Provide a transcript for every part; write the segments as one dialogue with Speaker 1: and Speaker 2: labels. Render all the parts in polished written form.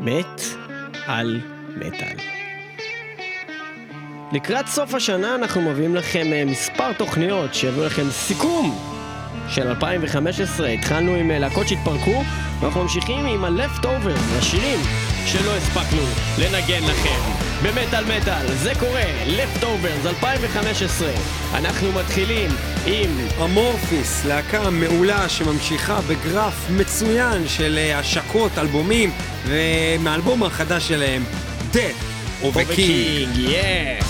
Speaker 1: מת על מטל. לקראת סוף השנה אנחנו מביאים לכם מספר תוכניות שיביאו לכם סיכום של 2015. התחלנו עם להקות שהתפרקו, ואנחנו ממשיכים עם ה-Leftovers, השירים שלא הספקנו לנגן לכם. במטל מטל, זה קורה, Leftovers 2015. אנחנו מתחילים עם
Speaker 2: אמורפיס, להקה מעולה שממשיכה בגרף מצוין של השקות, אלבומים, ומאלבום החדש שלהם, Death of a King.
Speaker 1: Yeah.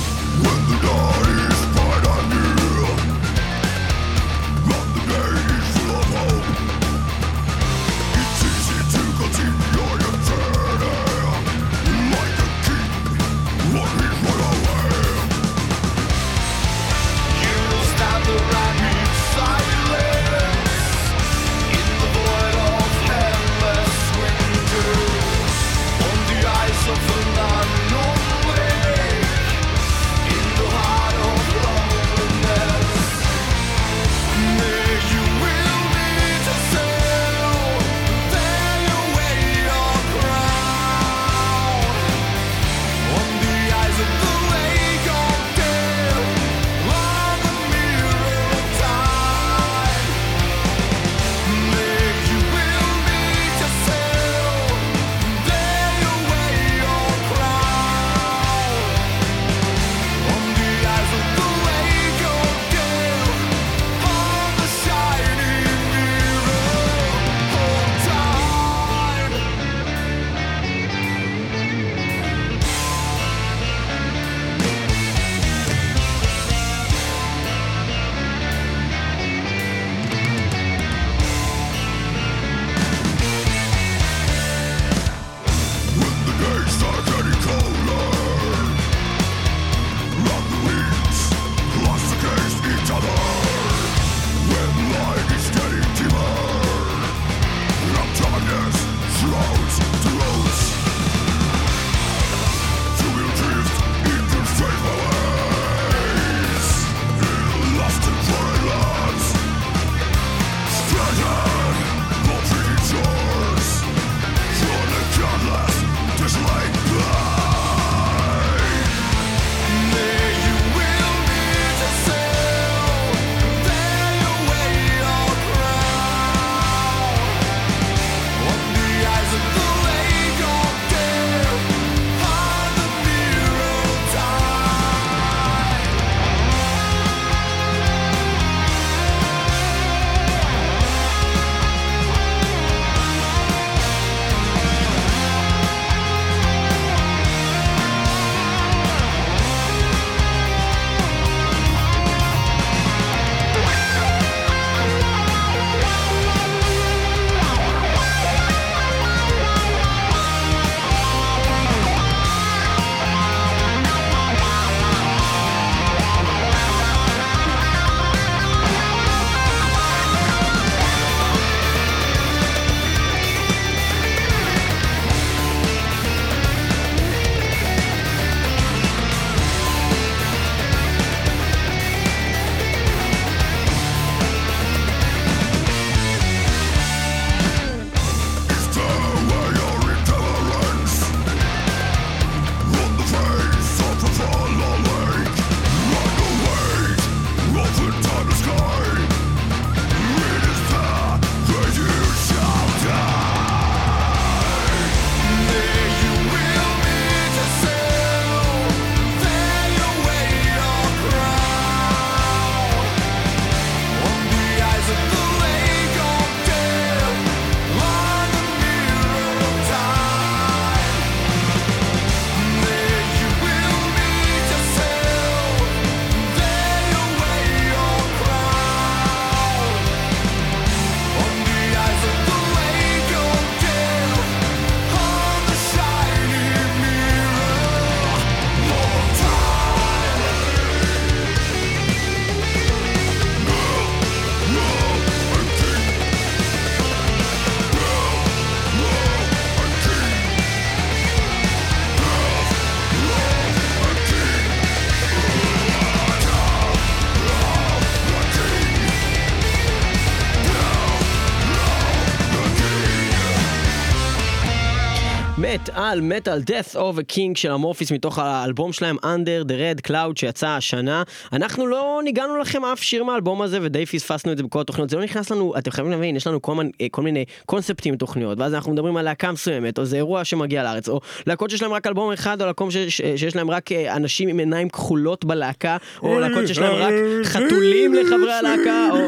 Speaker 1: Death על Metal Death of a King של אמורפיס מתוך האלבום שלהם Under the Red Cloud שיצא השנה. אנחנו לא ניגענו לכם אף שיר מהאלבום הזה ודי פספסנו את זה בכל התוכניות. זה לא נכנס לנו, אתם חייבים להבין, יש לנו כל מיני קונספטים בתוכניות, ואז אנחנו מדברים על להקה מסוימת, או זה אירוע שמגיע לארץ, או להקות שיש להם רק אלבום אחד, או להקות שיש להם רק אנשים עם עיניים כחולות בלהקה, או להקות שיש להם רק חתולים לחברי הלהקה, או...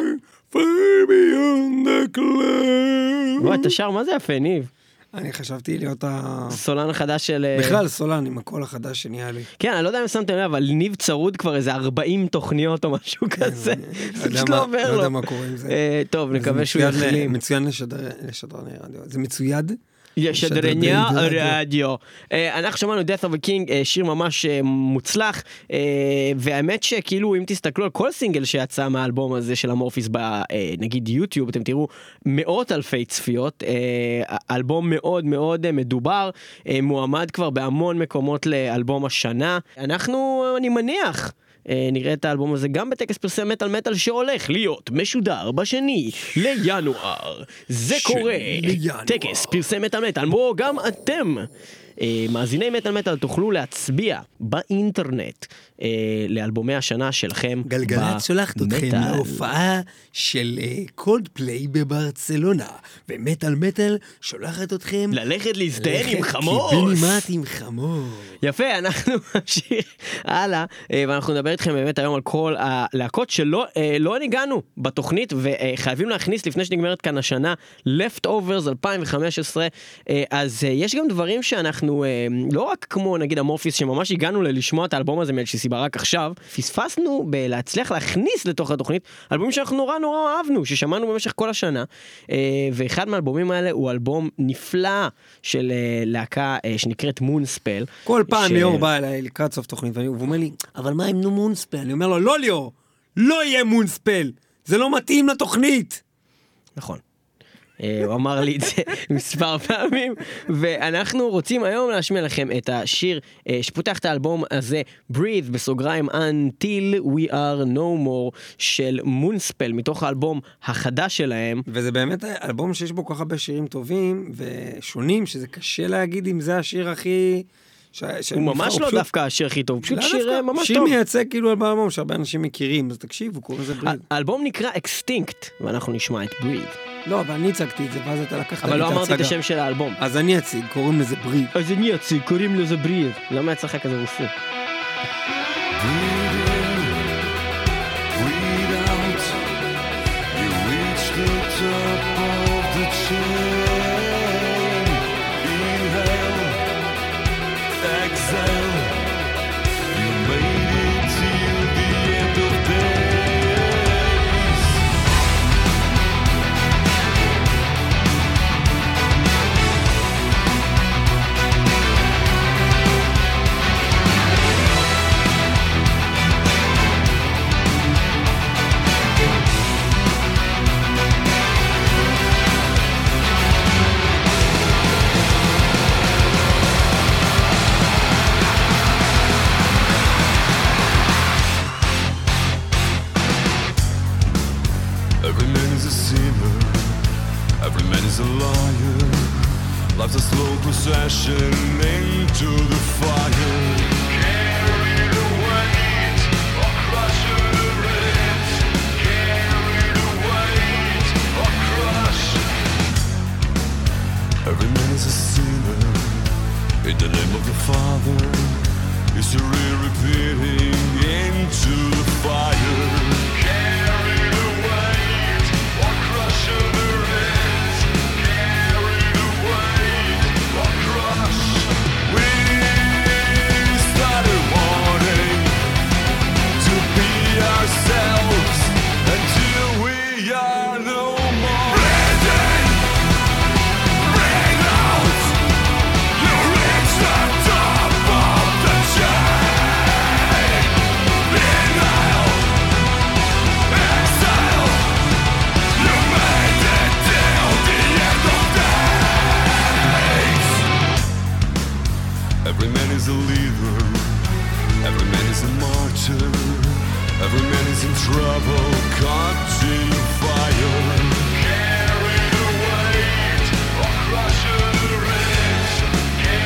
Speaker 2: Beyond the cloud.
Speaker 1: וואי, אתה שר, מה זה יפה, ניב?
Speaker 2: אני חשבתי להיות
Speaker 1: סולן החדש של...
Speaker 2: בכלל סולן עם הקול החדש שנהיה לי.
Speaker 1: כן, אני לא יודע אם שמתם לב, אבל ניב צרוד כבר איזה 40 תוכניות או משהו כזה.
Speaker 2: לא יודע מה קורה עם זה.
Speaker 1: טוב, נקווה שהוא יחלים.
Speaker 2: מצוין לשדרני רדיו. זה מצויד?
Speaker 1: שדרני רדיו. אנחנו שמענו Death of a King, שיר ממש מוצלח, והאמת שכאילו אם תסתכלו על כל סינגל שיצא מהאלבום הזה של אמורפיס נגיד יוטיוב, אתם תראו מאות אלפי צפיות, אלבום מאוד מאוד מדובר, מועמד כבר בהמון מקומות לאלבום השנה. אני מניח נראה את האלבום הזה גם בטקס פרסי מטל שהולך להיות משודר בשני לינואר. זה קורה, טקס פרסי מטל, בואו גם אתם מאזיני מטל תוכלו להצביע באינטרנט לאלבומי השנה שלכם.
Speaker 2: גלגלת שולחת אתכם להופעה של קולדפליי בברצלונה, ומטל שולחת אתכם
Speaker 1: ללכת להזדהן עם חמור,
Speaker 2: קיבינימט עם חמור.
Speaker 1: יפה, אנחנו נמשיך הלאה, ואנחנו נדבר איתכם באמת היום על כל הלהקות שלא ניגענו בתוכנית, וחייבים להכניס לפני שנגמרת כאן השנה Leftovers 2015. אז יש גם דברים שאנחנו לא רק כמו נגיד אמורפיס שממש הגענו לשמוע את האלבום הזה מאיזושהי סיבה רק עכשיו, פספסנו בלהצליח להכניס לתוך התוכנית אלבומים שאנחנו נורא אהבנו, ששמענו במשך כל השנה, ואחד מהאלבומים האלה הוא אלבום נפלא של להקה שנקראת מונספל.
Speaker 2: כל פעם ליאור בא אליי לקראת סוף תוכנית והוא אומר לי, אבל מה עם מונספל? אני אומר לו, לא ליאור, לא יהיה מונספל, זה לא מתאים לתוכנית.
Speaker 1: נכון. הוא אמר לי את זה מספר פעמים, ואנחנו רוצים היום להשמיע לכם את השיר שפותח את האלבום הזה, Breathe בסוגריים Until We Are No More של מונספל, מתוך האלבום החדש שלהם.
Speaker 2: וזה באמת אלבום שיש בו כל כך הרבה שירים טובים ושונים, שזה קשה להגיד אם זה השיר הכי...
Speaker 1: הוא ממש לא דווקא השיר הכי טוב, פשוט שיר ממש טוב.
Speaker 2: שיר מייצג כאילו אלבום שהרבה אנשים מכירים, אז תקשיבו, קוראים לזה Breathe.
Speaker 1: האלבום נקרא Extinct, ואנחנו נשמע את Breathe.
Speaker 2: לא, אבל אני הצגתי את זה, ואז אתה לקחת לי את ההצגה.
Speaker 1: אבל לא אמרתי את השם של האלבום.
Speaker 2: אז אני אציג, קוראים לזה Breathe.
Speaker 1: אז אני אציג, קוראים לזה Breathe. למה יצא לך כזה רוסי?
Speaker 3: Life's a slow procession into the fire. Carry the weight or crush the ribs. Carry the weight or crush. Every man is a sinner. In the name of the Father, history repeating into the fire. Carry the weight or crush the ribs. Carry the weight or crush. We started wanting to be ourselves until we are no more. Breathing, bring out. You reach the top of the chain. Denial, exile. You made it till the end of days. Every man is a leader. Every man is a martyr. Every man is in trouble. Continue fire. Carry the weight or crush the ribs.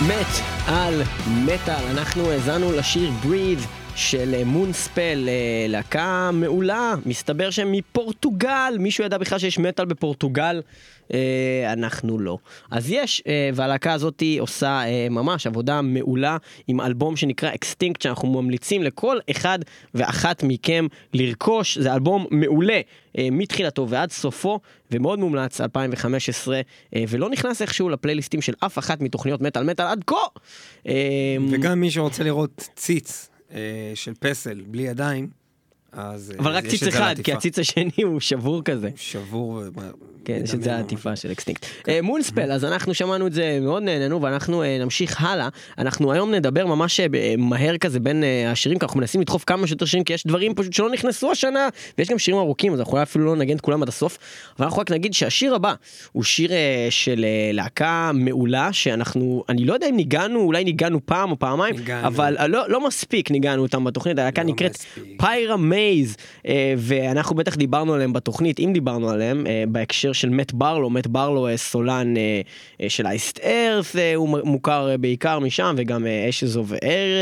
Speaker 1: מת על מטל. אנחנו האזנו לשיר Breathe של מונספל, להקה מעולה, מסתבר שהם מפורטוגל. מישהו ידע בכלל שיש מטל בפורטוגל? אנחנו לא. אז יש, והלהקה הזאת עושה ממש עבודה מעולה עם אלבום שנקרא Extinct, שאנחנו ממליצים לכל אחד ואחת מכם לרכוש. זה אלבום מעולה מתחילתו ועד סופו, ומאוד מומלץ, 2015, ולא נכנס איכשהו לפלייליסטים של אף אחת מתוכניות מטל עד כה.
Speaker 2: וגם מי שרוצה לראות ציץ של פסל בלי ידיים,
Speaker 1: אבל רק ציץ אחד, כי הציץ השני הוא שבור כזה.
Speaker 2: שבור.
Speaker 1: כן, יש את זה העטיפה של אקסטינקט. מונספל, אז אנחנו שמענו את זה, מאוד נהנינו, ואנחנו נמשיך הלאה. אנחנו היום נדבר ממש מהר כזה בין השירים, כי אנחנו מנסים לדחוף כמה שיותר שירים, כי יש דברים פשוט שלא נכנסו השנה, ויש גם שירים ארוכים, אז אנחנו אפילו לא נגן את כולם עד הסוף. אבל אנחנו רק נגיד שהשיר הבא הוא שיר של להקה מעולה, שאנחנו, אני לא יודע אם ניגענו, אולי ניגענו פעם או פעמיים, אבל לא מספיק ניגענו אותם בתוכנית. הלהקה נקראת פיירמייז, ואנחנו בטח דיברנו עליהם בתוכנית, אם דיברנו עליהם, בהקשר של מת ברלו, סולן של אייסט ארת', הוא מוכר בעיקר משם, וגם אשז אוף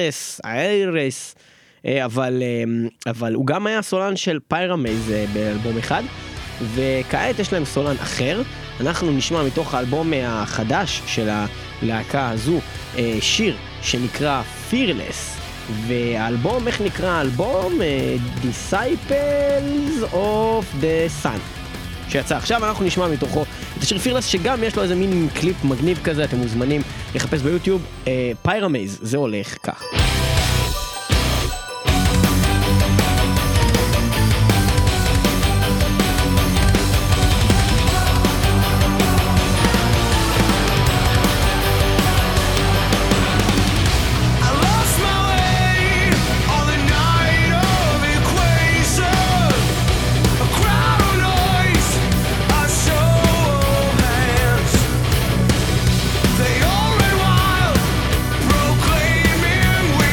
Speaker 1: איירס, אבל הוא גם היה סולן של פיירמייז באלבום אחד, וכעת יש להם סולן אחר. אנחנו נשמע מתוך האלבום החדש של הלהקה הזו שיר שנקרא Fearless, והאלבום, איך נקרא האלבום? Disciples of the Sun, שיצא עכשיו. אנחנו נשמע מתוכו את השיר פירלס, שגם יש לו איזה מין קליפ מגניב כזה, אתם מוזמנים לחפש ביוטיוב. פיירמייז, זה הולך כך.
Speaker 4: They all ran wild, proclaiming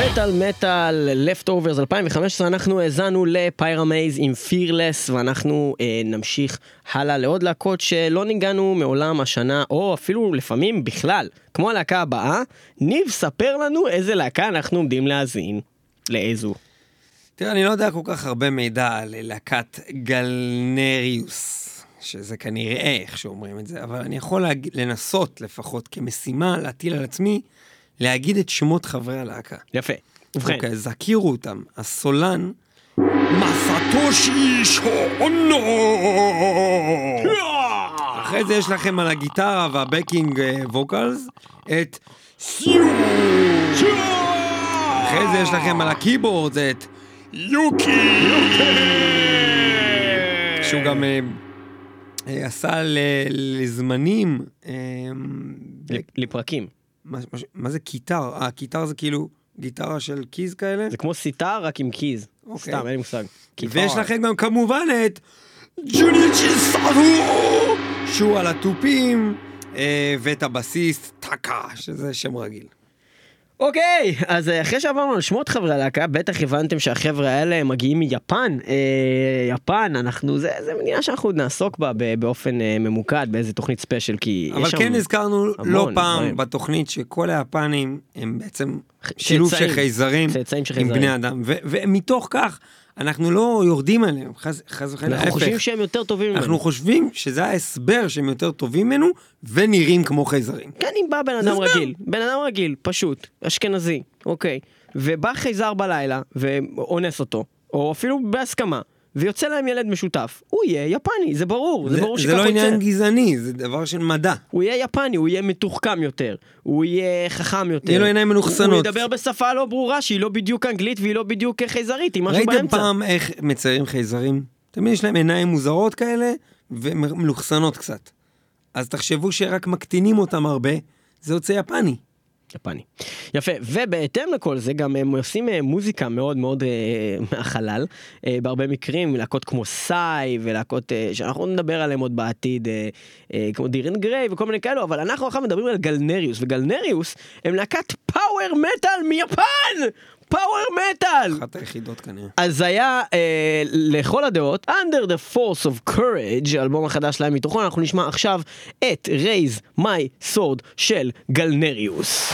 Speaker 1: מטל מטל Leftovers 2015, אנחנו האזנו לפיירמייז עם פירלס, ואנחנו נמשיך הלאה לעוד להקות שלא ניגענו מעולם השנה, או אפילו לפעמים בכלל, כמו הלהקה הבאה. ניב, ספר לנו איזה להקה אנחנו עומדים להאזין. לאיזו?
Speaker 2: תראה, אני לא יודע כל כך הרבה מידע על להקת גלנריוס, שזה כנראה איך שאומרים את זה, אבל אני יכול לנסות לפחות כמשימה להטיל על עצמי, להגיד את שמות חברי הלהקה.
Speaker 1: יפה. ובכן.
Speaker 2: אוקיי, אז הכירו אותם. הסולן, מסאטושי שונו! אחרי זה יש לכם על הגיטרה והבקינג ווקלס, את סיו! אחרי זה יש לכם על הקיבורד את יוקי! שהוא גם עשה לזמנים...
Speaker 1: לפרקים.
Speaker 2: מה זה קיטר? קיטר זה כאילו גיטרה של קיז כאלה?
Speaker 1: זה כמו סיטר רק עם קיז. סתם, אין לי מושג.
Speaker 2: ויש לכם גם כמובן את ג'וניצ'י סארו, שהוא על הטופים, ואת הבסיסט טאקה, שזה שם רגיל.
Speaker 1: אוקיי, אז אחרי שעברנו על שמות חברי הלהקה, בטח הבנתם שהחבר'ה האלה מגיעים מיפן. יפן, זה מדינה שאנחנו נעסוק בה באופן ממוקד, באיזה תוכנית ספיישל, כי
Speaker 2: אבל כן הזכרנו לא פעם בתוכנית שכל היפנים הם בעצם שילוב של חייזרים עם בני אדם, ומתוך כך אנחנו לא יורדים עליהם, חס וחלילה.
Speaker 1: אנחנו חושבים שהם יותר טובים ממנו.
Speaker 2: אנחנו חושבים שזה ההסבר שהם יותר טובים ממנו, ונראים כמו חייזרים.
Speaker 1: כן, אם בא בן אדם רגיל, פשוט, אשכנזי, אוקיי, ובא חייזר בלילה, ואונס אותו, או אפילו בהסכמה, ויוצא להם ילד משותף, הוא יהיה יפני, זה ברור,
Speaker 2: זה לא עניין גזעני, זה דבר של מדע.
Speaker 1: הוא יהיה יפני, הוא יהיה מתוחכם יותר, הוא יהיה חכם יותר.
Speaker 2: יהיה לו עיניים מנוחסנות.
Speaker 1: הוא ידבר בשפה לא ברורה, שהיא לא בדיוק אנגלית, והיא לא בדיוק חייזרית, היא משהו באמצע.
Speaker 2: ראיתם פעם איך מציירים חייזרים? תמיד יש להם עיניים מוזרות כאלה, ומנוחסנות קצת. אז תחשבו שרק מקטינים אותם הרבה, זה יוצא יפני.
Speaker 1: יפני. יפה, ובהתאם לכל זה גם הם עושים מוזיקה מאוד מאוד מהחלל, בהרבה מקרים, להקות כמו סאי, ולהקות שאנחנו נדבר עליהם עוד בעתיד, כמו דירן גריי וכל מיני כאלו, אבל אנחנו עכשיו מדברים על גלנריוס, וגלנריוס הם להקת פאוור מטל מיפן! פאוור מטל!
Speaker 2: אחת היחידות כנראה.
Speaker 1: אז היה לכל הדעות, Under the Force of Courage, האלבום החדש שלהם מתוכו, אנחנו נשמע עכשיו את Raise My Sword של גלנריוס.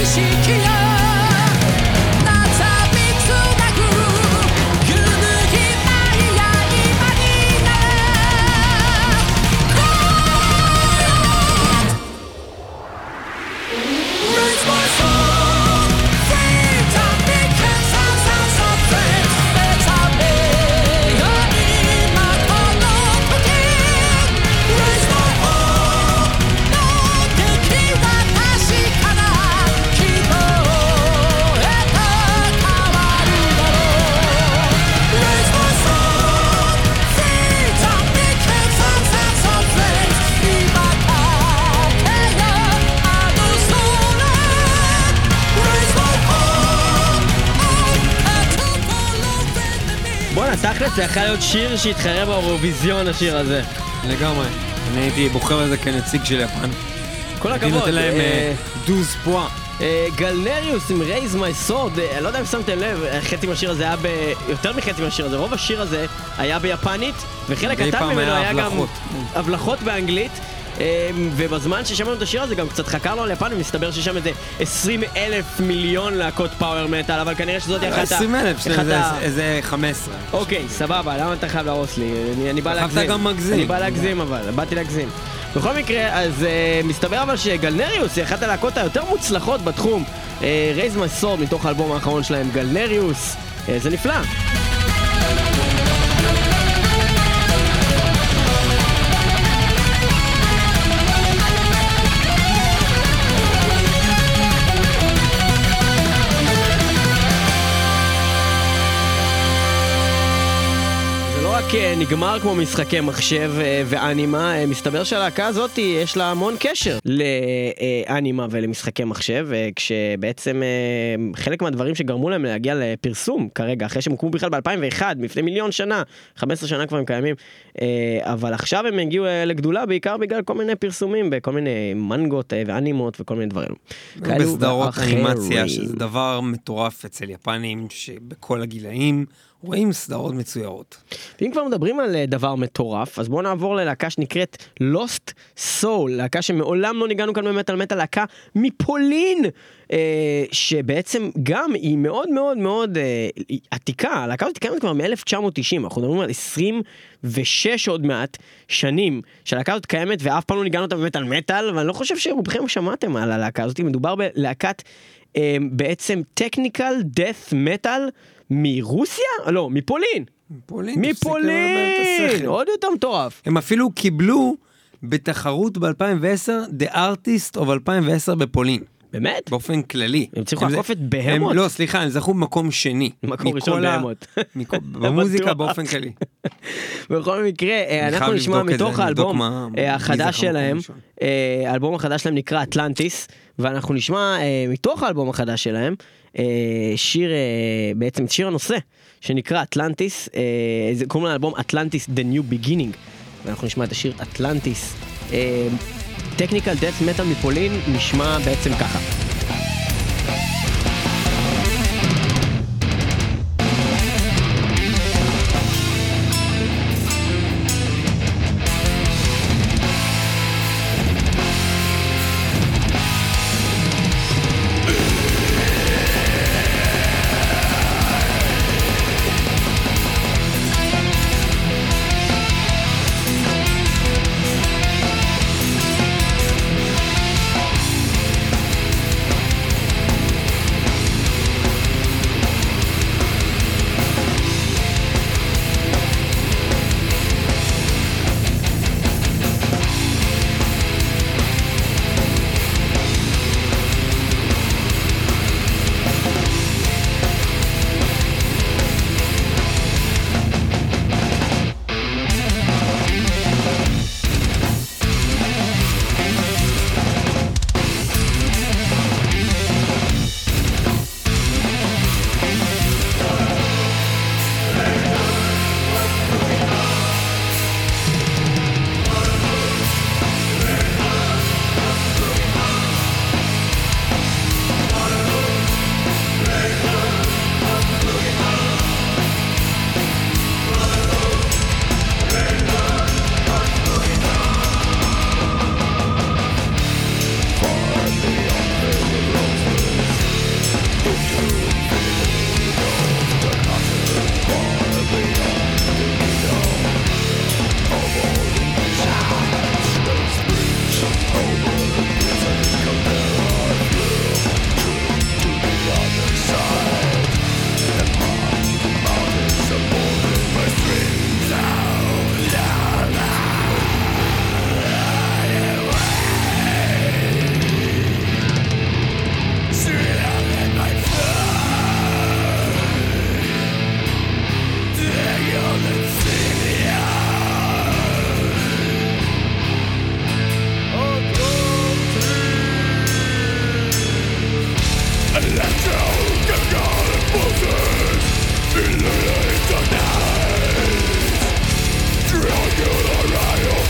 Speaker 1: תכלס זה יכול להיות שיר שהתחרה באירוויזיון השיר הזה.
Speaker 2: לגמרי. אני הייתי בוחר לזה כנציג של יפן.
Speaker 1: כל הכבוד.
Speaker 2: הייתי נותן להם דוז פואה.
Speaker 1: גלנריוס עם Raise My Sword, אני לא יודע אם שמתם לב, חצי מהשיר הזה היה יותר מחצי מהשיר הזה, רוב השיר הזה היה ביפנית, וחלק קטן ממנו היה גם הבלחות באנגלית, ובזמן ששמענו את השיר הזה גם קצת חקרנו על יפן, ומסתבר ששם איזה 20,000 מיליון להקות פאוור מטל, אבל כנראה שזאת אחת
Speaker 2: 20,000, איזה 15.
Speaker 1: אוקיי, סבבה, למה אתה חייב להרוס לי? אני בא להגזים.
Speaker 2: אתה גם מגזים.
Speaker 1: אני בא להגזים אבל, באתי להגזים. בכל מקרה, אז מסתבר אבל שגלנריוס היא אחת הלהקות היותר מוצלחות בתחום. Raise My Sword מתוך האלבום האחרון שלהם, גלנריוס, זה נפלא. נגמר כמו משחקי מחשב ואנימה, מסתבר שהלהקה הזאת יש לה המון קשר לאנימה ולמשחקי מחשב, כשבעצם חלק מהדברים שגרמו להם להגיע לפרסום כרגע, אחרי שהם הוקמו בכלל ב-2001, לפני מיליון שנה, 15 שנה כבר הם קיימים, אבל עכשיו הם הגיעו לגדולה בעיקר בגלל כל מיני פרסומים, בכל מיני מנגות ואנימות וכל מיני דברים.
Speaker 2: בסדרות אנימציה, שזה דבר מטורף אצל יפנים שבכל הגילאים, רואים סדרות מצוירות.
Speaker 1: ואם כבר מדברים על דבר מטורף, אז בואו נעבור ללהקה שנקראת Lost Soul, להקה שמעולם לא ניגענו כאן במטל מטל, להקה מפולין, שבעצם גם היא מאוד מאוד מאוד עתיקה, הלהקה הזאת קיימת כבר מ-1990, אנחנו מדברים על 26 עוד מעט שנים, שהלהקה הזאת קיימת ואף פעם לא ניגענו אותה במטל מטל, ואני לא חושב שרובכם שמעתם על הלהקה הזאת, מדובר בלהקת בעצם Technical Death Metal, מרוסיה? לא, מפולין. מפולין! עוד יותר מטורף.
Speaker 2: הם אפילו קיבלו בתחרות ב-2010, The Artist of 2010 בפולין.
Speaker 1: באמת?
Speaker 2: באופן כללי.
Speaker 1: הם צריכו לעקוף את בהמות?
Speaker 2: לא, סליחה, הם זכו במקום שני.
Speaker 1: מקום ראשון בהמות.
Speaker 2: במוזיקה באופן כללי.
Speaker 1: בכל מקרה, אנחנו נשמע מתוך האלבום החדש שלהם, האלבום החדש שלהם נקרא אטלנטיס, ואנחנו נשמע מתוך האלבום החדש שלהם, שיר, בעצם שיר הנושא, שנקרא אטלנטיס, קוראים לאלבום אטלנטיס The New Beginning, ואנחנו נשמע את השיר אטלנטיס. Technical Death Metal מפולין נשמע בעצם ככה.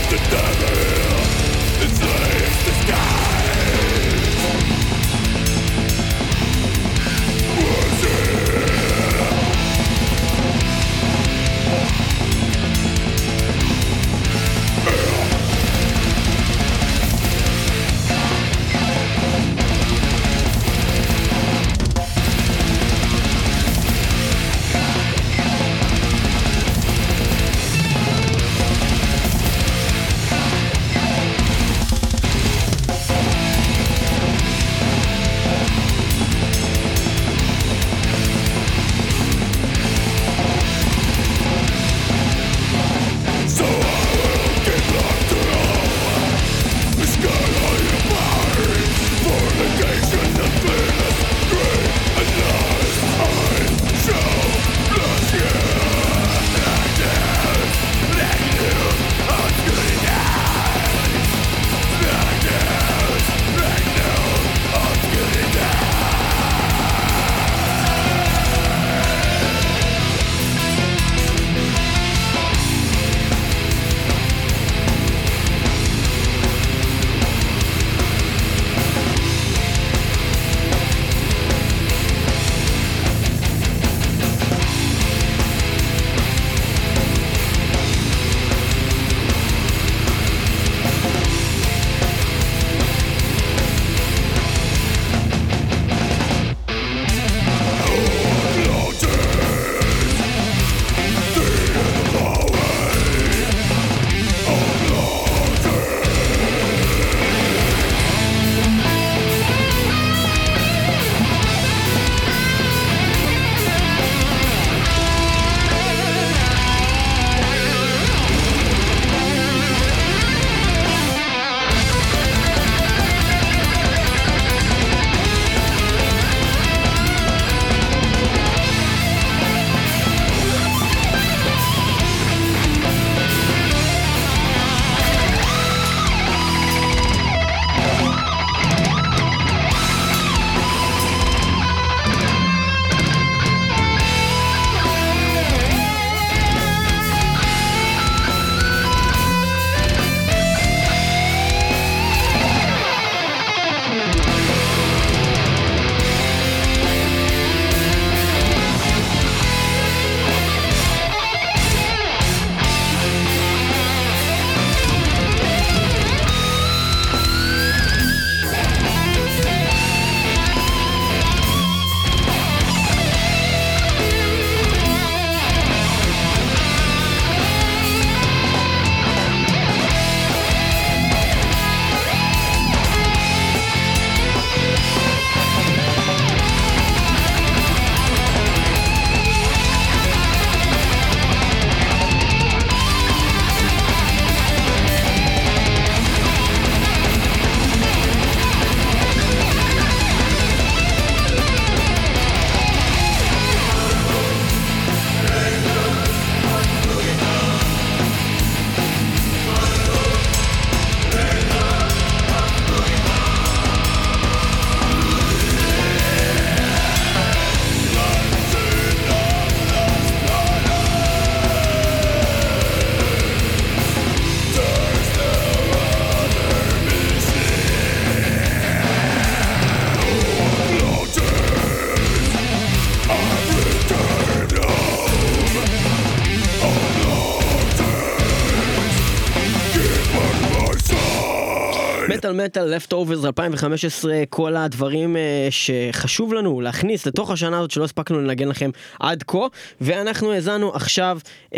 Speaker 1: מטל, לפטאוברס 2015, כל הדברים שחשוב לנו להכניס לתוך השנה הזאת שלא הספקנו לנגן לכם עד כה, ואנחנו הזנו עכשיו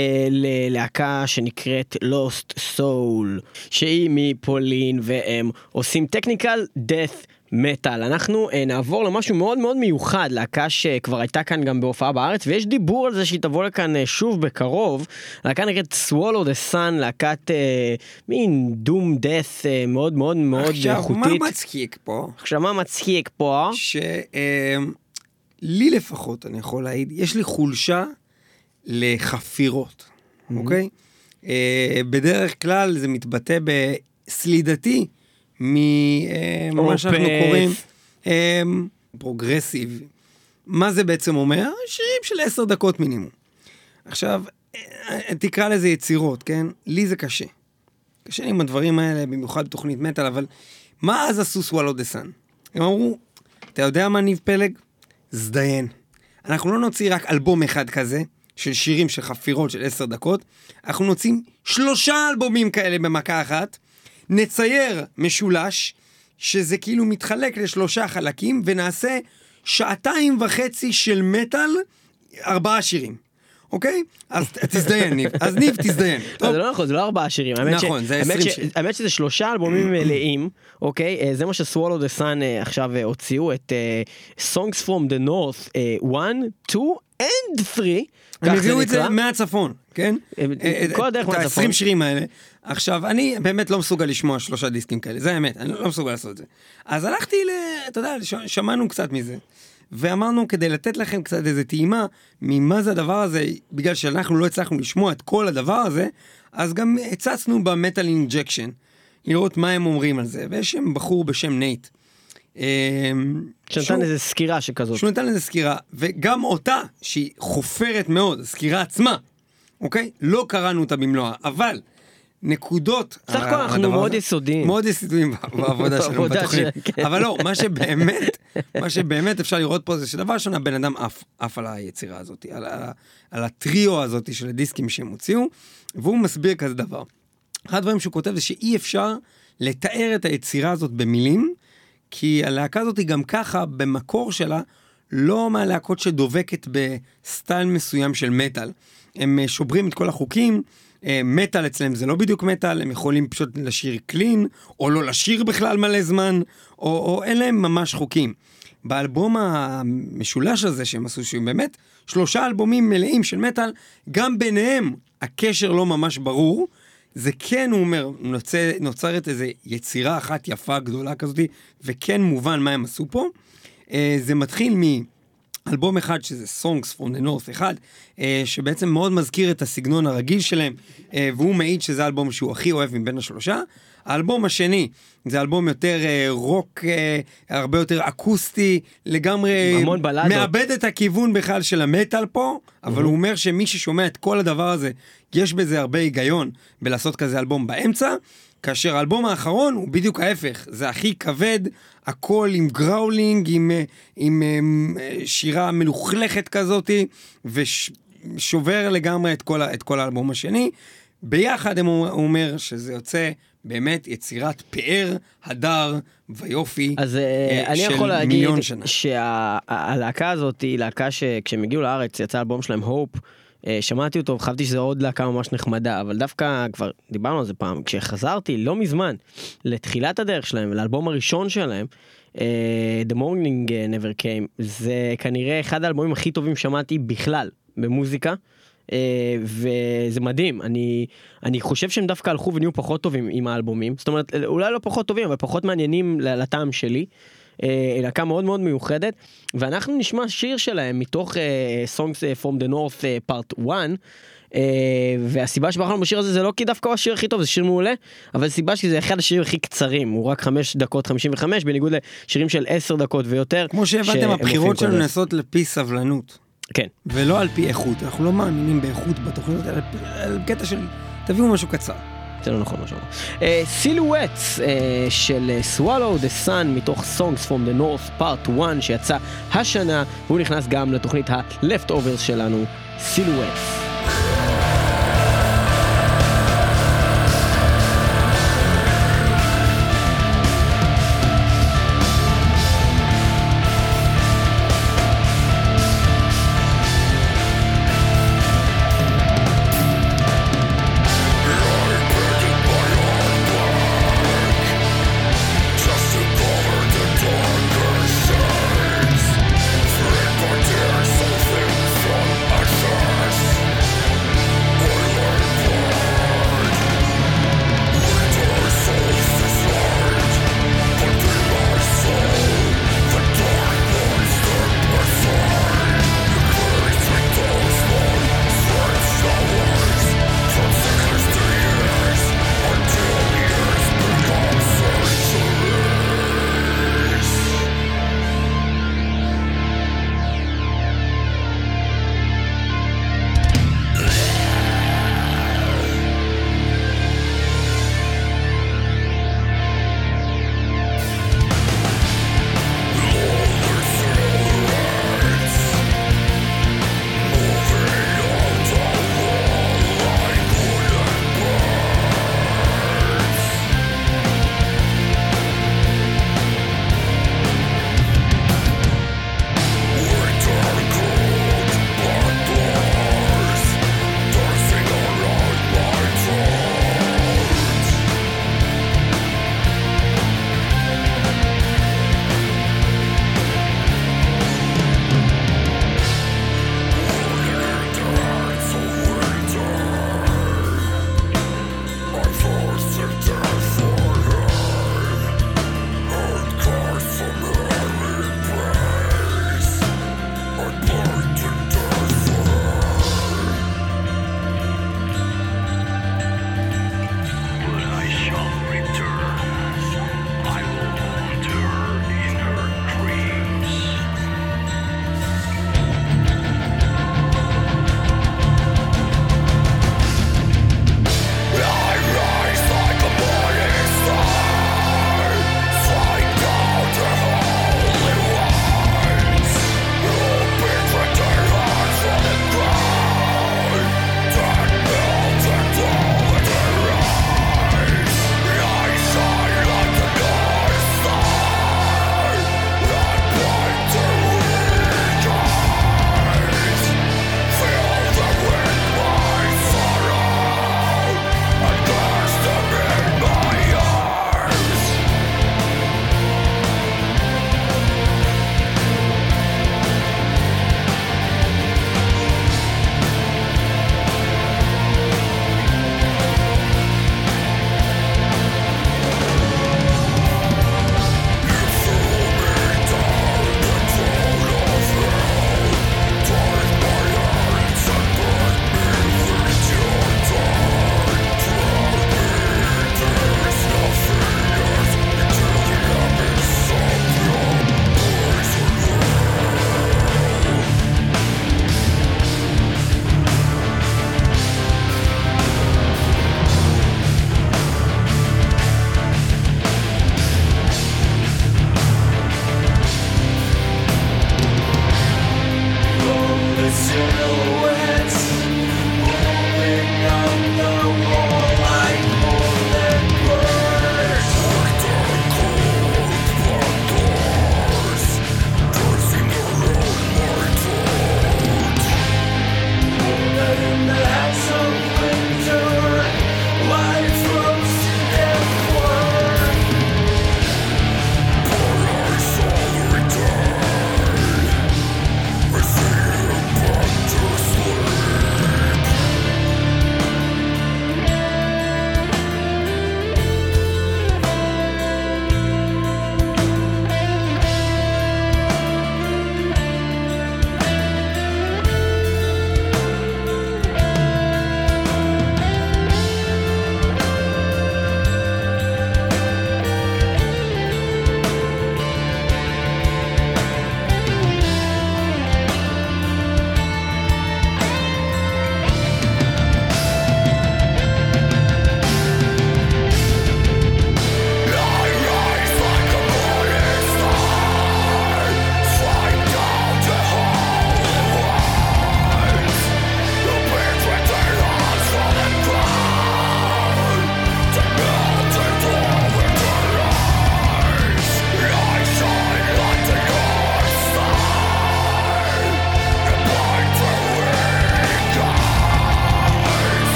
Speaker 1: ללהקה שנקראת Lost Soul, שהיא מפולין, והם עושים טכניקל death מטל. אנחנו נעבור למשהו מאוד מאוד מיוחד, להקה שכבר הייתה כאן גם בהופעה בארץ, ויש דיבור על זה שהיא תבוא לכאן שוב בקרוב. להקה נקראת Swallow the Sun, להקת מין דום דאת' מאוד מאוד מאוד איכותית.
Speaker 2: עכשיו, מה מצחיק פה?
Speaker 1: מה מצחיק פה?
Speaker 2: לי לפחות, אני יכול להעיד, יש לי חולשה לחפירות, אוקיי? בדרך כלל זה מתבטא בסלידתי, ממה שאנחנו קוראים פרוגרסיב. מה זה בעצם אומר? שירים של 10 דקות מינימום. עכשיו, תקרא לזה יצירות, כן? לי זה קשה. קשה לי עם הדברים האלה, במיוחד בתוכנית מטל, אבל מה אז עשו Swallow the Sun? הם אמרו, אתה יודע מה ניב פלג? זדיין. אנחנו לא נוציא רק אלבום אחד כזה, של שירים, של חפירות, של 10 דקות, אנחנו נוצאים 3 אלבומים כאלה במכה אחת, נצייר משולש, שזה כאילו מתחלק ל3 חלקים, ונעשה 2.5 של מטל, 4 שירים. אוקיי? אז תזדיין, ניב. אז ניב, תזדיין.
Speaker 1: זה לא נכון, זה לא 4 שירים.
Speaker 2: נכון, זה 20 שירים.
Speaker 1: האמת שזה 3 אלבומים מלאים, אוקיי? זה מה ש-Swallow the Sun עכשיו הוציאו, את Songs from the North 1, 2 and 3.
Speaker 2: הם הביאו את זה מהצפון, כן?
Speaker 1: כל הדרך מהצפון.
Speaker 2: את ה-20 שירים האלה. עכשיו, אני באמת לא מסוגל לשמוע 3 דיסקים כאלה, זה האמת, אני לא מסוגל לעשות את זה. אז הלכתי אתה יודע, שמענו קצת מזה. ואמרנו, כדי לתת לכם קצת איזו טעימה, ממה זה הדבר הזה, בגלל שאנחנו לא הצלחנו לשמוע את כל הדבר הזה, אז גם הצצנו במטל אינג'קשן, לראות מה הם אומרים על זה, ויש שם בחור בשם נייט.
Speaker 1: שנתן איזו סקירה שכזאת.
Speaker 2: שהוא נתן איזו סקירה, וגם אותה, שהיא חופרת מאוד, הסקירה עצמה, אוקיי? לא קראנו אותה במלואה, אבל נקודות...
Speaker 1: סך הכל אנחנו מאוד יסודיים.
Speaker 2: מאוד יסודיים בעבודה שלנו בתוכנית. אבל לא, מה שבאמת אפשר לראות פה זה שדבר ראשון, הבן אדם עף על היצירה הזאת, על הטריו הזאת של הדיסקים שהם הוציאו, והוא מסביר כזה דבר. אחד הדברים שהוא כותב זה שאי אפשר לתאר את היצירה הזאת במילים, כי הלהקה הזאת היא גם ככה, במקור שלה, לא מהלהקות שדובקת בסטייל מסוים של מטל. הם שוברים את כל החוקים, מטל אצלם זה לא בדיוק מטל, הם יכולים פשוט לשיר קלין, או לא לשיר בכלל מלא זמן, או אין להם ממש חוקים. באלבום המשולש הזה שהם עשו, שהם באמת 3 אלבומים מלאים של מטל, גם ביניהם הקשר לא ממש ברור, זה כן, הוא אומר, נוצרת איזו יצירה אחת יפה, גדולה כזאת, וכן מובן מה הם עשו פה. זה מתחיל מאלבום אחד, שזה Songs from the North אחד, שבעצם מאוד מזכיר את הסגנון הרגיל שלהם, והוא מעיד שזה האלבום שהוא הכי אוהב מבין ה3. האלבום השני, זה אלבום יותר רוק, הרבה יותר אקוסטי, לגמרי מאבד את הכיוון בכלל של המטל פה, אבל הוא אומר שמי ששומע את כל הדבר הזה, יש בזה הרבה היגיון בלעשות כזה אלבום באמצע, כאשר האלבום האחרון הוא בדיוק ההפך, זה הכי כבד, הכל עם גראולינג, עם שירה מלוכלכת כזאת, ושובר לגמרי את כל האלבום השני. ביחד הוא אומר שזה יוצא באמת יצירת פאר, הדר ויופי
Speaker 1: אז אני יכול להגיד שהלהקה הזאת היא להקה שכשהם הגיעו לארץ יצא אלבום שלהם הופ, שמעתי אותו וחשבתי שזה עוד להקה ממש נחמדה, אבל דווקא כבר דיברנו על זה פעם, כשחזרתי לא מזמן לתחילת הדרך שלהם ולאלבום הראשון שלהם, The Morning Never Came, זה כנראה אחד האלבומים הכי טובים שמעתי בכלל במוזיקה, וזה מדהים. אני חושב שהם דווקא הלכו ונהיו פחות טובים עם האלבומים, זאת אומרת אולי לא פחות טובים אבל פחות מעניינים לטעם שלי, להקה מאוד מאוד מיוחדת, ואנחנו נשמע שיר שלהם מתוך Songs from the North Part 1, והסיבה שבחרנו בשיר הזה זה לא כי דווקא הוא השיר הכי טוב, זה שיר מעולה, אבל הסיבה שזה אחד השירים הכי קצרים, הוא רק 5 דקות 55, בניגוד לשירים של 10 דקות ויותר.
Speaker 2: כמו שהבנתם, הבחירות שלנו נעשות לפי סבלנות.
Speaker 1: כן.
Speaker 2: ולא על פי איכות, אנחנו לא מאמינים באיכות בתוכניות, אלא על קטע של תביאו משהו קצר.
Speaker 1: זה לא נכון משהו. סילואטס של Swallow the Sun מתוך Songs from the North Part 1 שיצא השנה, והוא נכנס גם לתוכנית ה-Leftovers שלנו, סילואטס.
Speaker 3: Something from ashes.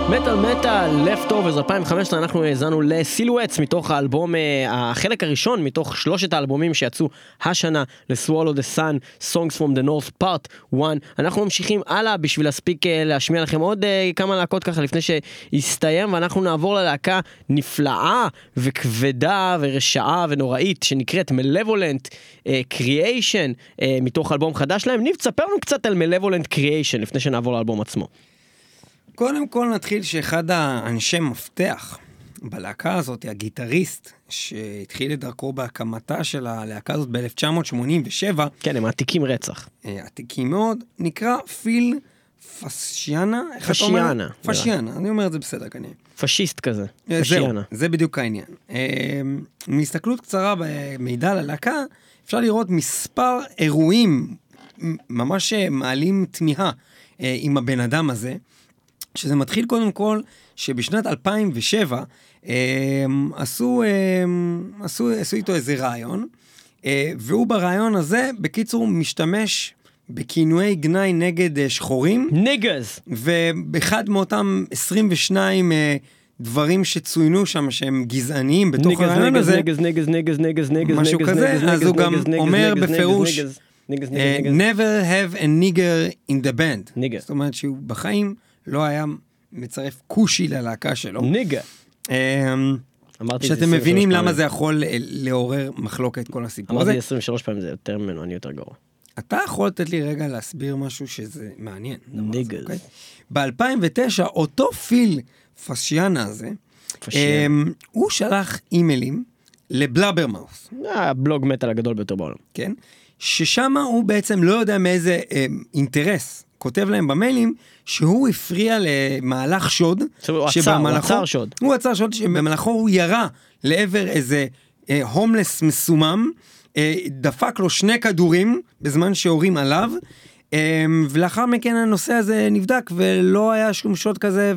Speaker 1: מטל, Leftovers 2015, אנחנו האזנו לסילואטס מתוך האלבום, החלק הראשון מתוך 3 האלבומים שיצאו השנה, ל-Swallow the Sun, Songs from the North Part 1. אנחנו ממשיכים הלאה בשביל להספיק להשמיע לכם עוד כמה להקות ככה לפני שיסתיים, ואנחנו נעבור ללהקה נפלאה וכבדה ורשעה ונוראית שנקראת Malevolent Creation, מתוך אלבום חדש להם. ניב, תספר לנו קצת על Malevolent Creation לפני שנעבור לאלבום עצמו.
Speaker 2: קודם כל נתחיל שאחד האנשי מפתח בלהקה הזאת, הגיטריסט, שהתחיל את דרכו בהקמתה של הלהקה הזאת ב-1987.
Speaker 1: כן, הם עתיקים רצח.
Speaker 2: עתיקים מאוד, נקרא פיל פשיאנה. פשיאנה, אני אומר את זה בסדר כנראה.
Speaker 1: פשיסט כזה,
Speaker 2: פשיאנה. זה בדיוק העניין. מהסתכלות קצרה במידע על הלהקה, אפשר לראות מספר אירועים ממש מעלים תמיהה עם הבן אדם הזה, שזה מתחיל קודם כל, שבשנת 2007 עשו איתו איזה רעיון, והוא ברעיון הזה, בקיצור, משתמש בכינויי גנאי נגד שחורים.
Speaker 1: ניגז.
Speaker 2: ובאחד מאותם 22 דברים שצוינו שם, שהם גזעניים בתוך הרעיון הזה.
Speaker 1: ניגז.
Speaker 2: משהו כזה, אז הוא גם אומר בפירוש, never have a nigger in the band. זאת אומרת שהוא בחיים לא היה מצרף קושי ללהקה שלו.
Speaker 1: ניגה.
Speaker 2: שאתם מבינים למה זה יכול לעורר מחלוקת כל הסיפור הזה.
Speaker 1: אמרתי 23 פעמים, זה יותר ממנו, אני יותר גרוע.
Speaker 2: אתה יכול לתת לי רגע להסביר משהו שזה מעניין.
Speaker 1: ניגז.
Speaker 2: ב-2009, אותו פיל פשיאנה הזה, הוא שלח אימיילים לבלאברמאוס.
Speaker 1: הבלוג מטל הגדול ביותר בעולם.
Speaker 2: כן? ששם הוא בעצם לא יודע מאיזה אינטרס. כותב להם במיילים שהוא הפריע למהלך שוד.
Speaker 1: הוא עצר שוד.
Speaker 2: הוא עצר שוד שבמהלכו הוא ירה לעבר איזה הומלס מסומם, דפק לו 2 כדורים בזמן שהורים עליו, ולאחר מכן הנושא הזה נבדק ולא היה שום שוד כזה,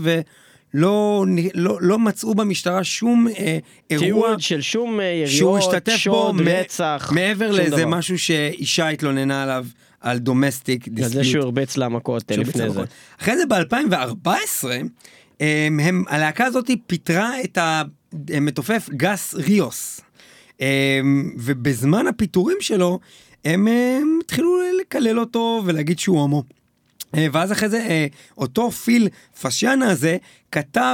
Speaker 2: לא מצאו במשטרה שום אירוע
Speaker 1: תיעוד של שום יריות, שוד, רצח,
Speaker 2: מעבר לאיזה משהו שאישה התלוננה עליו על דומסטיק דיספיוט.
Speaker 1: זה שהוא הרבץ למכות לפני זה.
Speaker 2: אחרי זה ב-2014, הלהקה הזאת פיתרה את המתופף גס ריוס. ובזמן הפיתורים שלו, הם התחילו לקלל אותו ולהגיד שהוא הומו. ואז אחרי זה, אותו פיל פשיאנה הזה, כתב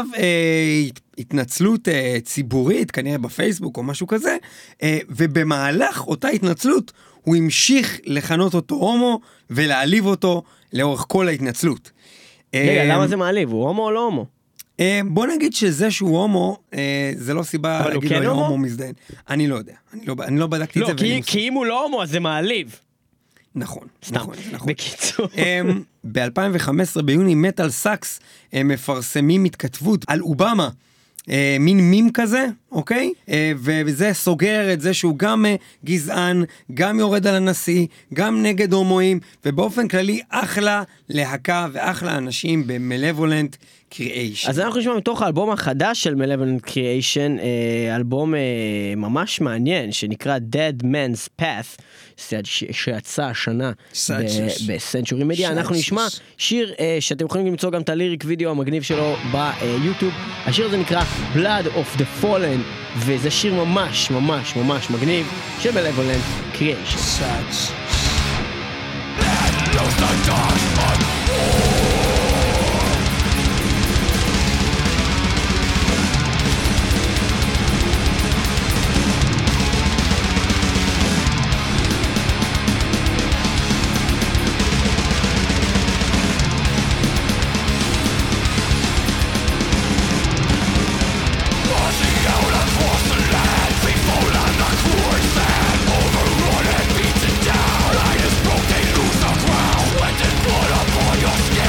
Speaker 2: התנצלות ציבורית, כנראה בפייסבוק או משהו כזה, ובמהלך אותה התנצלות, הוא המשיך לכנות אותו הומו, ולהעליב אותו לאורך כל ההתנצלות.
Speaker 1: רגע, למה זה מעליב? הוא הומו או לא הומו?
Speaker 2: בוא נגיד שזה שהוא הומו, זה לא סיבה להגיד לו הומו מזדיין. אני לא יודע, אני לא בדקתי את זה.
Speaker 1: כי אם הוא לא הומו, אז זה מעליב.
Speaker 2: נכון,
Speaker 1: סתם, בקיצור.
Speaker 2: ב-2015, ביוני, מטל סאקס מפרסמים התכתבות על אובמה, מין מים כזה, אוקיי? וזה סוגר את זה שהוא גם גזען, גם יורד על הנשיא, גם נגד הומואים, ובאופן כללי אחלה להקה ואחלה אנשים ב-Malevolent Creation.
Speaker 1: אז אנחנו נשמע מתוך האלבום החדש של Malevolent Creation, אלבום ממש מעניין, שנקרא Dead Man's Path, שיצא השנה בסנצ'ורי מדיה. אנחנו נשמע שיר שאתם יכולים למצוא גם את הליריק וידאו המגניב שלו ביוטיוב. השיר הזה נקרא Blood of the Fallen, וזה שיר ממש ממש ממש מגניב של Malevolent Creation.
Speaker 3: Your skin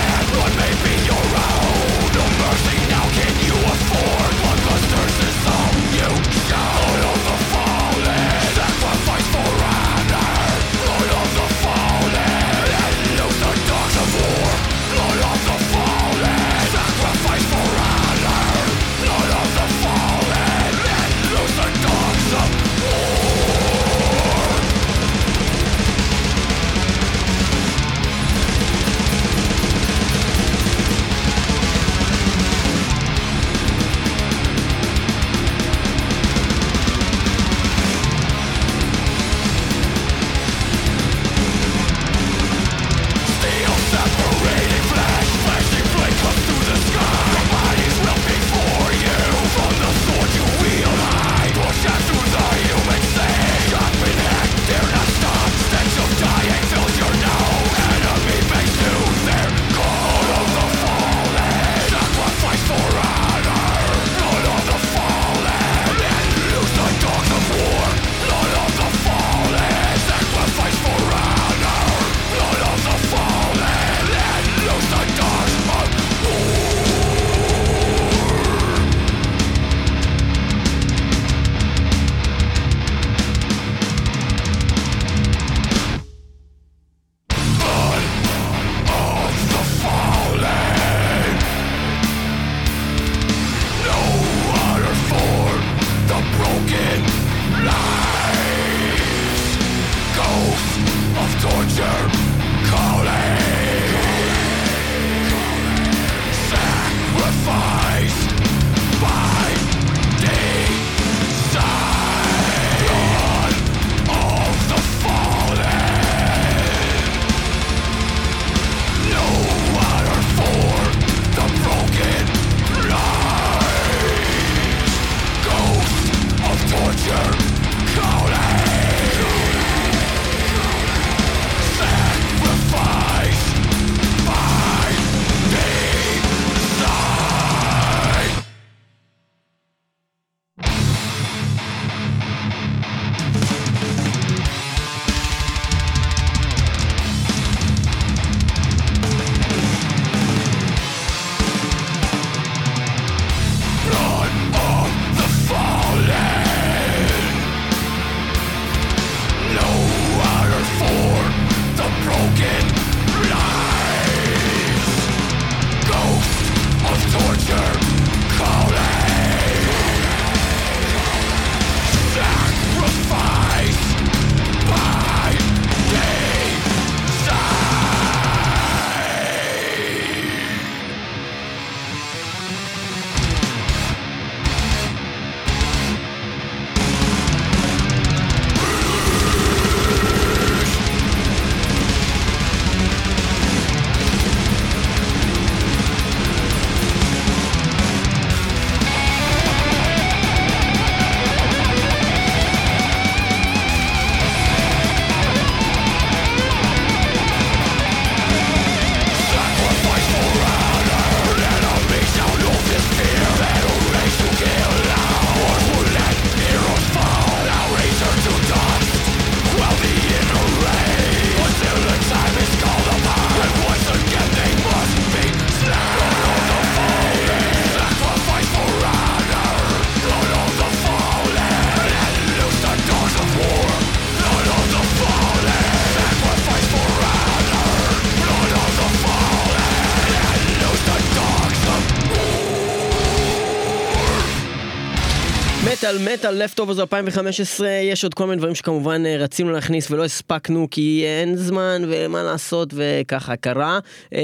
Speaker 1: מטל, Leftovers 2015, יש עוד כל מיני דברים שכמובן רצינו להכניס ולא הספקנו כי אין זמן ומה לעשות וככה קרה,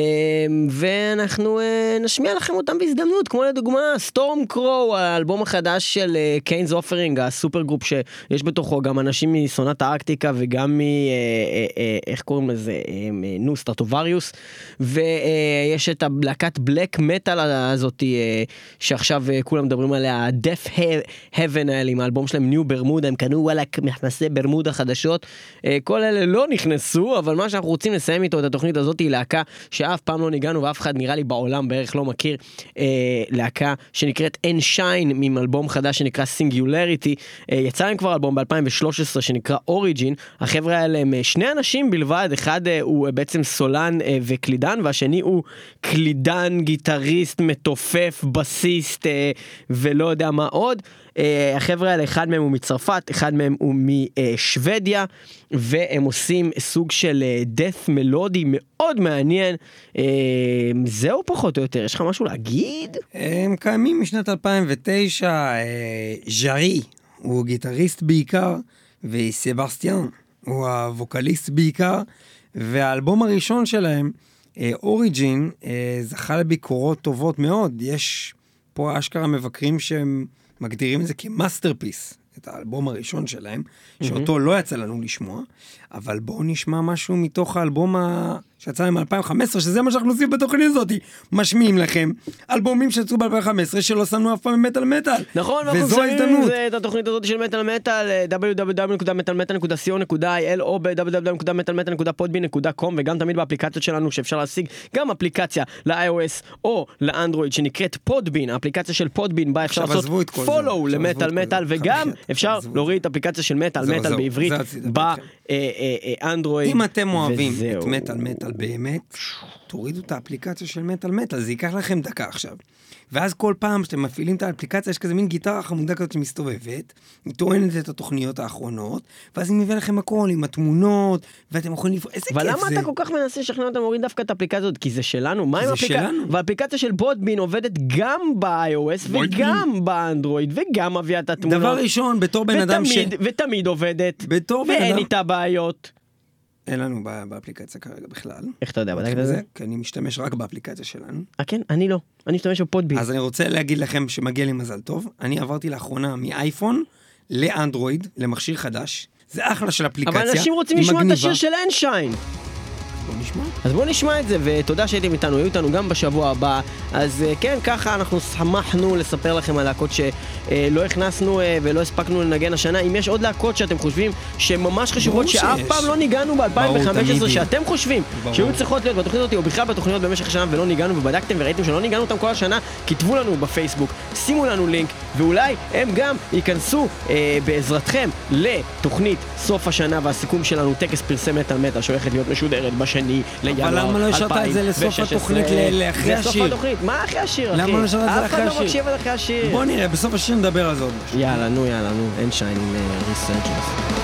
Speaker 1: ואנחנו נשמיע לכם אותם בהזדמנות, כמו לדוגמה סטורם קרו, האלבום החדש של קיינס אופרינג, הסופר גרופ שיש בתוכו גם אנשים מסונת הארקטיקה וגם איך קוראים לזה, סטרטובריוס, ויש את הלהקת בלק מטל הזאת שעכשיו כולם מדברים עליה, Death Heaven האלה עם האלבום שלהם ניו ברמודה, הם קנו וואלה מכנסי ברמודה חדשות, כל אלה לא נכנסו, אבל מה שאנחנו רוצים לסיים איתו את התוכנית הזאת היא להקה שאף פעם לא ניגענו ואף אחד נראה לי בעולם בערך לא מכיר, להקה שנקראת Enshine עם אלבום חדש שנקרא Singularity, יצא להם כבר אלבום ב-2013 שנקרא Origin, החבר'ה האלה הם שני אנשים בלבד, אחד הוא בעצם סולן וקלידן והשני הוא קלידן, גיטריסט, מתופף, בסיסט ולא יודע מה עוד. החבר'ה האלה, אחד מהם הוא מצרפת, אחד מהם הוא משוודיה, והם עושים סוג של death מלודי מאוד מעניין. זהו פחות או יותר, יש לך משהו להגיד?
Speaker 2: הם קיימים משנת 2009, ז'רי הוא גיטריסט בעיקר, וסבסטיאן הוא הווקליסט בעיקר, והאלבום הראשון שלהם, אוריג'ין, זכה לביקורות טובות מאוד. יש פה אשכרה מבקרים שהם מגדירים את זה כמאסטרפיס, את האלבום הראשון שלהם, שאותו לא יצא לנו לשמוע, אבל בואו נשמע משהו מתוך האלבום שיצא להם ב-2015, שזה מה שאנחנו עושים בתוכנית הזאת, משמיעים לכם אלבומים שיצאו ב-2015 שלא שמנו אף פעם מטל מטל.
Speaker 1: נכון, ואנחנו שמים את התוכנית הזאת של מטל מטל, www.metalmetal.co.il או ב-www.metalmetal.podbean.com, וגם תמיד באפליקציות שלנו שאפשר להשיג, גם אפליקציה ל-iOS או לאנדרואיד שנקראת פודבין, האפליקציה של פודבין בה אפשר לעשות follow למטל מטל, וגם אפשר להוריד את האפליקציה של מטל מטל בעברית באנדרואיד.
Speaker 2: אם אתם אוהבים את מטל מטל באמת, תורידו את האפליקציה של מטל מטל, זה ייקח לכם דקה עכשיו. ואז כל פעם שאתם מפעילים את האפליקציה, יש כזה מין גיטרה חמודה כזאת שמסתובבת, היא טוענת את התוכניות האחרונות, ואז היא מביא לכם הכל עם התמונות, ואתם יכולים לפעול, איזה כיף זה.
Speaker 1: אבל למה אתה כל כך מנסה לשכנע אותם להוריד דווקא את האפליקציה הזאת? כי זה שלנו. מה עם האפליקציה? והאפליקציה של פודבין עובדת גם ב-iOS וגם באנדרואיד, וגם מביאה את התמונות.
Speaker 2: דבר ראשון, בתור בן אדם
Speaker 1: ותמיד עובדת, ואין איתה בעיות.
Speaker 2: אין לנו באפליקציה כרגע בכלל.
Speaker 1: איך אתה יודע, בדקת את זה?
Speaker 2: כי אני משתמש רק באפליקציה שלנו.
Speaker 1: כן? אני לא. אני משתמש בפודבין.
Speaker 2: אז אני רוצה להגיד לכם שמגיע לי מזל טוב. אני עברתי לאחרונה מאייפון לאנדרואיד, למכשיר חדש. זה אחלה של אפליקציה.
Speaker 1: אבל אנשים רוצים לשמוע את השיר של אנשיין.
Speaker 2: בוא נשמע.
Speaker 1: אז בואו נשמע את זה, ותודה שהייתם איתנו, היו איתנו גם בשבוע הבא. אז כן, ככה אנחנו שמחנו לספר לכם על להקות שלא הכנסנו ולא הספקנו לנגן השנה. אם יש עוד להקות שאתם חושבים שממש חשובות, שאף פעם לא ניגענו ב-2015, שאתם חושבים שהיו צריכות להיות בתוכנית הזאת או בכלל בתוכניות במשך השנה ולא ניגענו, ובדקתם וראיתם שלא ניגענו אותם כל השנה, כתבו לנו בפייסבוק, שימו לנו לינק, ואולי הם גם ייכנסו בעזרתכם לתוכנית סוף השנה והסיכום שלנו, טקס פרסי מטל מטל שהולכת להיות משודרת בשני לינואר 2016.
Speaker 2: אבל למה לא השארת את זה לסוף התוכנית לאחרי השיר?
Speaker 1: זה סוף התוכנית, מה אחרי השיר, אחי?
Speaker 2: למה לא השארת את זה אחרי השיר?
Speaker 1: אף אחד לא מקשיב על אחרי השיר.
Speaker 2: בוא נראה, בסוף השיר נדבר על זה עוד משהו.
Speaker 1: יאללה, נו, Enshine עם Resurgence.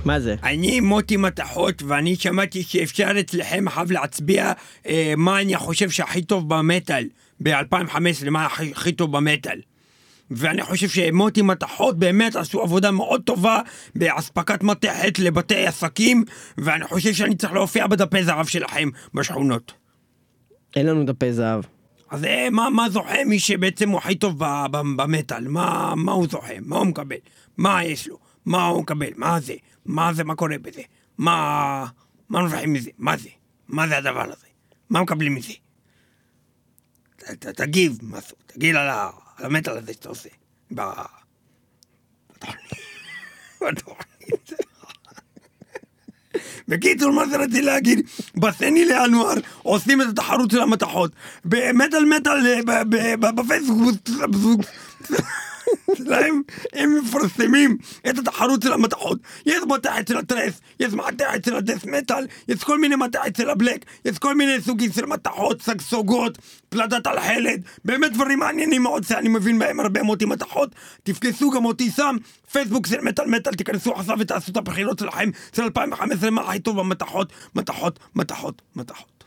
Speaker 1: מה זה?
Speaker 2: אני מוטי מתחות, ואני שמעתי שאפשר אצלכם אחר להצביע מה אני חושב שהכי טוב במטל ב-2015, מה הכי טוב במטל. ואני חושב שמוטי מתחות באמת עשו עבודה מאוד טובה בהספקת מתכת לבתי עסקים, ואני חושב שאני צריך להופיע בדפי זהב שלכם בשכונות.
Speaker 1: אין לנו דפי זהב.
Speaker 2: אז מה זוכה מי שבעצם הוא הכי טוב במטל? מה הוא זוכה? מה הוא מקבל? מה יש לו? מה הוא מקבל? מה זה? מה קורה בזה? מה מרוויחים מזה? מה זה? מה זה הדבר הזה? מה מקבלים מזה? תגיב, תגיד על המטל הזה שאתה עושה. בתוכנית. בקיצור, מה זה רציתי להגיד? בסני לינואר עושים את התחרות של המתחות. במטל בפייסבוק שלהם הם מפרסמים את התחרות של המתחות. יש מתחת של הטרס, יש מתחת של הדס מטל, יש כל מיני מתחת של הבלק, יש כל מיני סוגים של מתחות, סגסוגות, פלטת על חלד, באמת דברים מעניינים מאוד שאני מבין בהם הרבה מוטי מתחות. תפגסו גם אותי שם, פייסבוק של מטל, תיכנסו עכשיו ותעשו את הבחירות שלכם של 2015, מה הכי טוב במתחות, מתחות.